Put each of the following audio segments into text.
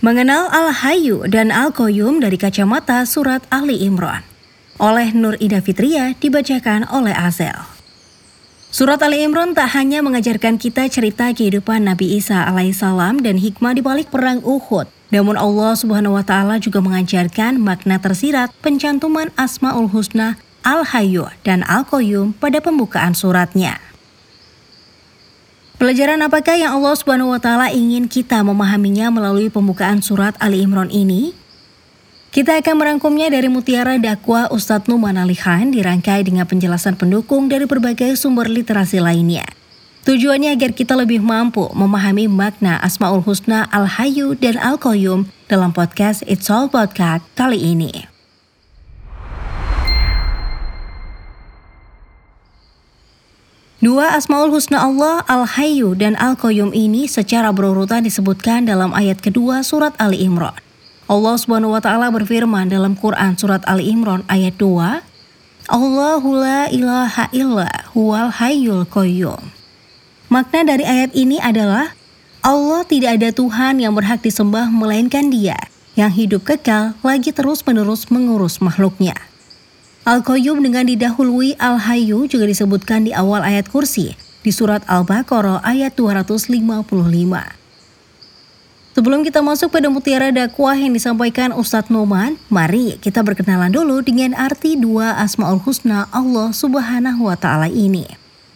Mengenal Al-Hayyu dan Al-Qayyum dari kacamata surat Ali Imran. Oleh Nur Ida Fitria, dibacakan oleh Azel. Surat Ali Imran tak hanya mengajarkan kita cerita kehidupan Nabi Isa alaihissalam dan hikmah di balik perang Uhud. Namun Allah Subhanahu wa Ta'ala juga mengajarkan makna tersirat pencantuman Asmaul Husna, Al-Hayyu dan Al-Qayyum pada pembukaan suratnya. Pelajaran apakah yang Allah Subhanahu wa Ta'ala ingin kita memahaminya melalui pembukaan surat Ali Imran ini? Kita akan merangkumnya dari mutiara dakwah Ustadz Numan Alihan dirangkai dengan penjelasan pendukung dari berbagai sumber literasi lainnya. Tujuannya agar kita lebih mampu memahami makna Asmaul Husna, Al-Hayyu dan Al-Qayyum dalam podcast It's All Podcast kali ini. Dua Asmaul Husna Allah, Al-Hayyu dan Al-Qayyum ini secara berurutan disebutkan dalam ayat kedua surat Ali Imran. Allah Subhanahu wa Ta'ala berfirman dalam Quran surat Ali Imran ayat 2, Allahu la ilaha illa huwal hayyul qayyum. Makna dari ayat ini adalah Allah tidak ada Tuhan yang berhak disembah melainkan Dia yang hidup kekal lagi terus-menerus mengurus makhluknya. Al-Qayyum dengan didahului Al-Hayyu juga disebutkan di awal ayat kursi di surat Al-Baqarah ayat 255. Sebelum kita masuk pada mutiara dakwah yang disampaikan Ustadz Numan, mari kita berkenalan dulu dengan arti dua Asmaul Husna Allah Subhanahu wa Ta'ala ini.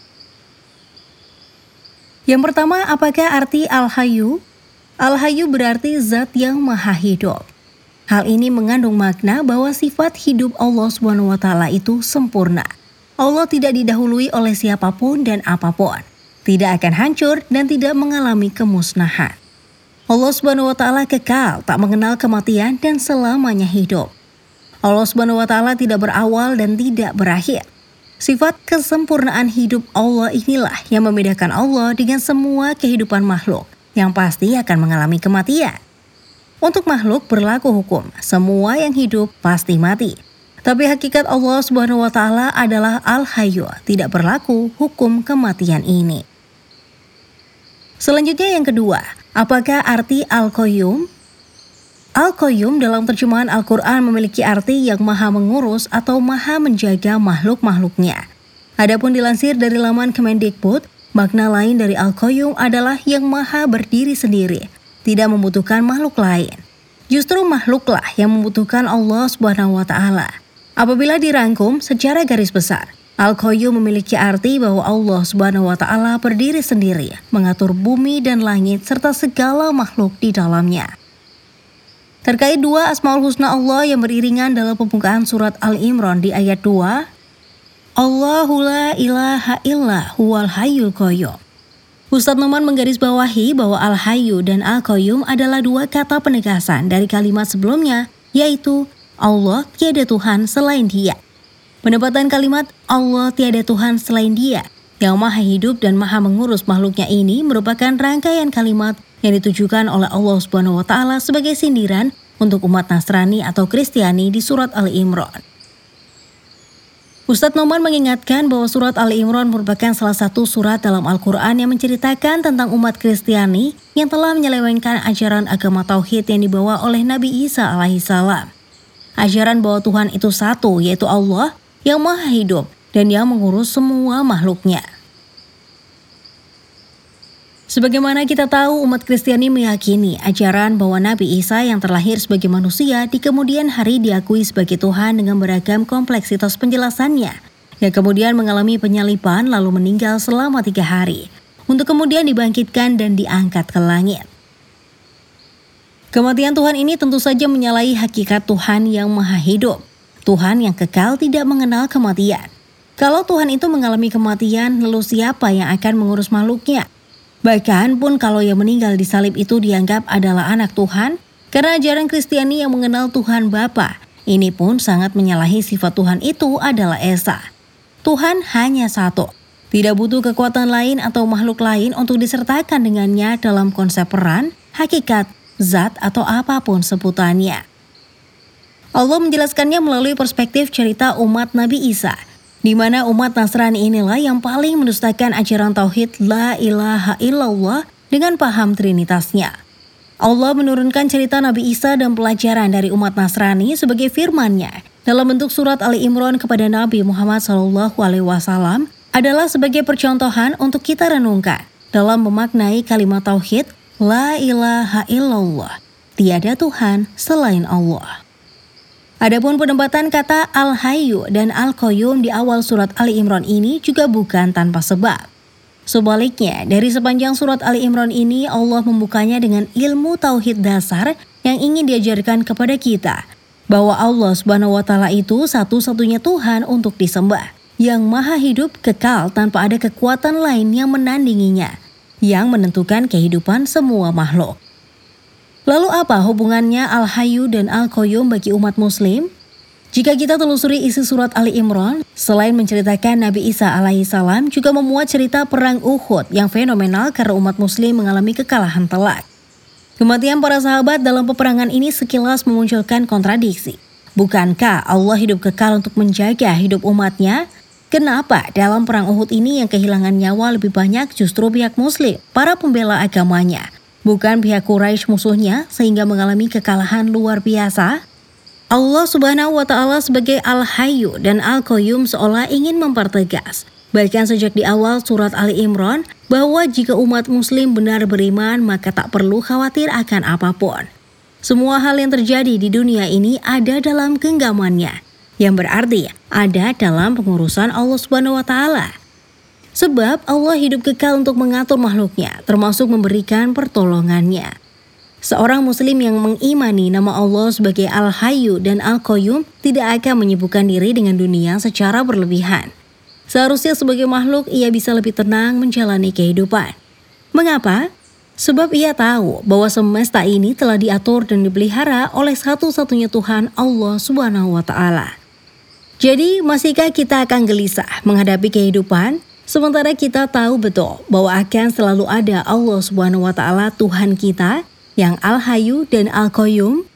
Yang pertama, apakah arti Al-Hayyu? Al-Hayyu berarti zat yang maha hidup. Hal ini mengandung makna bahwa sifat hidup Allah Subhanahu wa Ta'ala itu sempurna. Allah tidak didahului oleh siapapun dan apapun, tidak akan hancur dan tidak mengalami kemusnahan. Allah Subhanahu wa Ta'ala kekal, tak mengenal kematian dan selamanya hidup. Allah Subhanahu wa Ta'ala tidak berawal dan tidak berakhir. Sifat kesempurnaan hidup Allah inilah yang membedakan Allah dengan semua kehidupan makhluk yang pasti akan mengalami kematian. Untuk makhluk berlaku hukum, semua yang hidup pasti mati. Tapi hakikat Allah Subhanahu wa Ta'ala adalah Al-Hayyu, tidak berlaku hukum kematian ini. Selanjutnya yang kedua, apakah arti Al-Qayyum? Al-Qayyum dalam terjemahan Al-Quran memiliki arti yang maha mengurus atau maha menjaga makhluk-makhluknya. Adapun dilansir dari laman Kemendikbud, makna lain dari Al-Qayyum adalah yang maha berdiri sendiri, tidak membutuhkan makhluk lain. Justru makhluklah yang membutuhkan Allah Subhanahu wa Ta'ala. Apabila dirangkum secara garis besar, Al-Qayyum memiliki arti bahwa Allah Subhanahu wa Ta'ala berdiri sendiri, mengatur bumi dan langit serta segala makhluk di dalamnya. Terkait dua Asmaul Husna Allah yang beriringan dalam pembukaan surat Al-Imran di ayat 2, Allahu la ilaha illa huwal hayyul qayyum. Ustadz Numan menggarisbawahi bahwa Al-Hayyu dan Al-Qayyum adalah dua kata penegasan dari kalimat sebelumnya, yaitu Allah tiada Tuhan selain Dia. Penempatan kalimat Allah tiada Tuhan selain Dia yang maha hidup dan maha mengurus makhluknya ini merupakan rangkaian kalimat yang ditujukan oleh Allah Subhanahu wa Ta'ala sebagai sindiran untuk umat Nasrani atau Kristiani di surat Ali Imran. Ustadz Numan mengingatkan bahwa surat Ali Imran merupakan salah satu surat dalam Al-Quran yang menceritakan tentang umat Kristiani yang telah menyelewengkan ajaran agama Tauhid yang dibawa oleh Nabi Isa alaihissalam. Ajaran bahwa Tuhan itu satu, yaitu Allah yang maha hidup dan yang mengurus semua makhluknya. Sebagaimana kita tahu, umat Kristiani meyakini ajaran bahwa Nabi Isa yang terlahir sebagai manusia di kemudian hari diakui sebagai Tuhan dengan beragam kompleksitas penjelasannya, yang kemudian mengalami penyaliban lalu meninggal selama 3 hari, untuk kemudian dibangkitkan dan diangkat ke langit. Kematian Tuhan ini tentu saja menyalahi hakikat Tuhan yang maha hidup, Tuhan yang kekal tidak mengenal kematian. Kalau Tuhan itu mengalami kematian, lalu siapa yang akan mengurus makhluknya? Bahkan pun kalau yang meninggal di salib itu dianggap adalah anak Tuhan, karena ajaran Kristiani yang mengenal Tuhan Bapa, ini pun sangat menyalahi sifat Tuhan itu adalah Esa. Tuhan hanya satu, tidak butuh kekuatan lain atau makhluk lain untuk disertakan dengannya dalam konsep peran, hakikat, zat atau apapun sebutannya. Allah menjelaskannya melalui perspektif cerita umat Nabi Isa, di mana umat Nasrani inilah yang paling mendustakan ajaran tauhid la ilaha illallah dengan paham trinitasnya. Allah menurunkan cerita Nabi Isa dan pelajaran dari umat Nasrani sebagai firman-Nya dalam bentuk surat Ali Imran kepada Nabi Muhammad SAW adalah sebagai percontohan untuk kita renungkan dalam memaknai kalimat tauhid La ilaha illallah, tiada Tuhan selain Allah. Adapun penempatan kata Al-Hayyu dan Al-Qayyum di awal surat Ali Imran ini juga bukan tanpa sebab. Sebaliknya, dari sepanjang surat Ali Imran ini Allah membukanya dengan ilmu tauhid dasar yang ingin diajarkan kepada kita, bahwa Allah Subhanahu wa taala itu satu-satunya Tuhan untuk disembah, yang maha hidup kekal tanpa ada kekuatan lain yang menandinginya, yang menentukan kehidupan semua makhluk. Lalu apa hubungannya Al-Hayyu dan Al-Qayyum bagi umat muslim? Jika kita telusuri isi surat Ali Imran, selain menceritakan Nabi Isa alaihissalam juga memuat cerita perang Uhud yang fenomenal karena umat muslim mengalami kekalahan telak. Kematian para sahabat dalam peperangan ini sekilas memunculkan kontradiksi. Bukankah Allah hidup kekal untuk menjaga hidup umatnya? Kenapa dalam perang Uhud ini yang kehilangan nyawa lebih banyak justru pihak muslim, para pembela agamanya, bukan pihak Quraisy musuhnya sehingga mengalami kekalahan luar biasa? Allah Subhanahu wa taala sebagai Al-Hayyu dan Al-Qayyum seolah ingin mempertegas, bahkan sejak di awal surat Ali Imran, bahwa jika umat muslim benar beriman maka tak perlu khawatir akan apapun. Semua hal yang terjadi di dunia ini ada dalam genggamannya, yang berarti ada dalam pengurusan Allah Subhanahu wa taala. Sebab Allah hidup kekal untuk mengatur makhluknya, termasuk memberikan pertolongannya. Seorang muslim yang mengimani nama Allah sebagai Al-Hayyu dan Al-Qayyum tidak akan menyibukkan diri dengan dunia secara berlebihan. Seharusnya sebagai makhluk ia bisa lebih tenang menjalani kehidupan. Mengapa? Sebab ia tahu bahwa semesta ini telah diatur dan dipelihara oleh satu-satunya Tuhan, Allah Subhanahu wa taala. Jadi, masihkah kita akan gelisah menghadapi kehidupan sementara kita tahu betul bahwa akan selalu ada Allah Subhanahu wa taala Tuhan kita yang Al-Hayyu dan Al-Qayyum?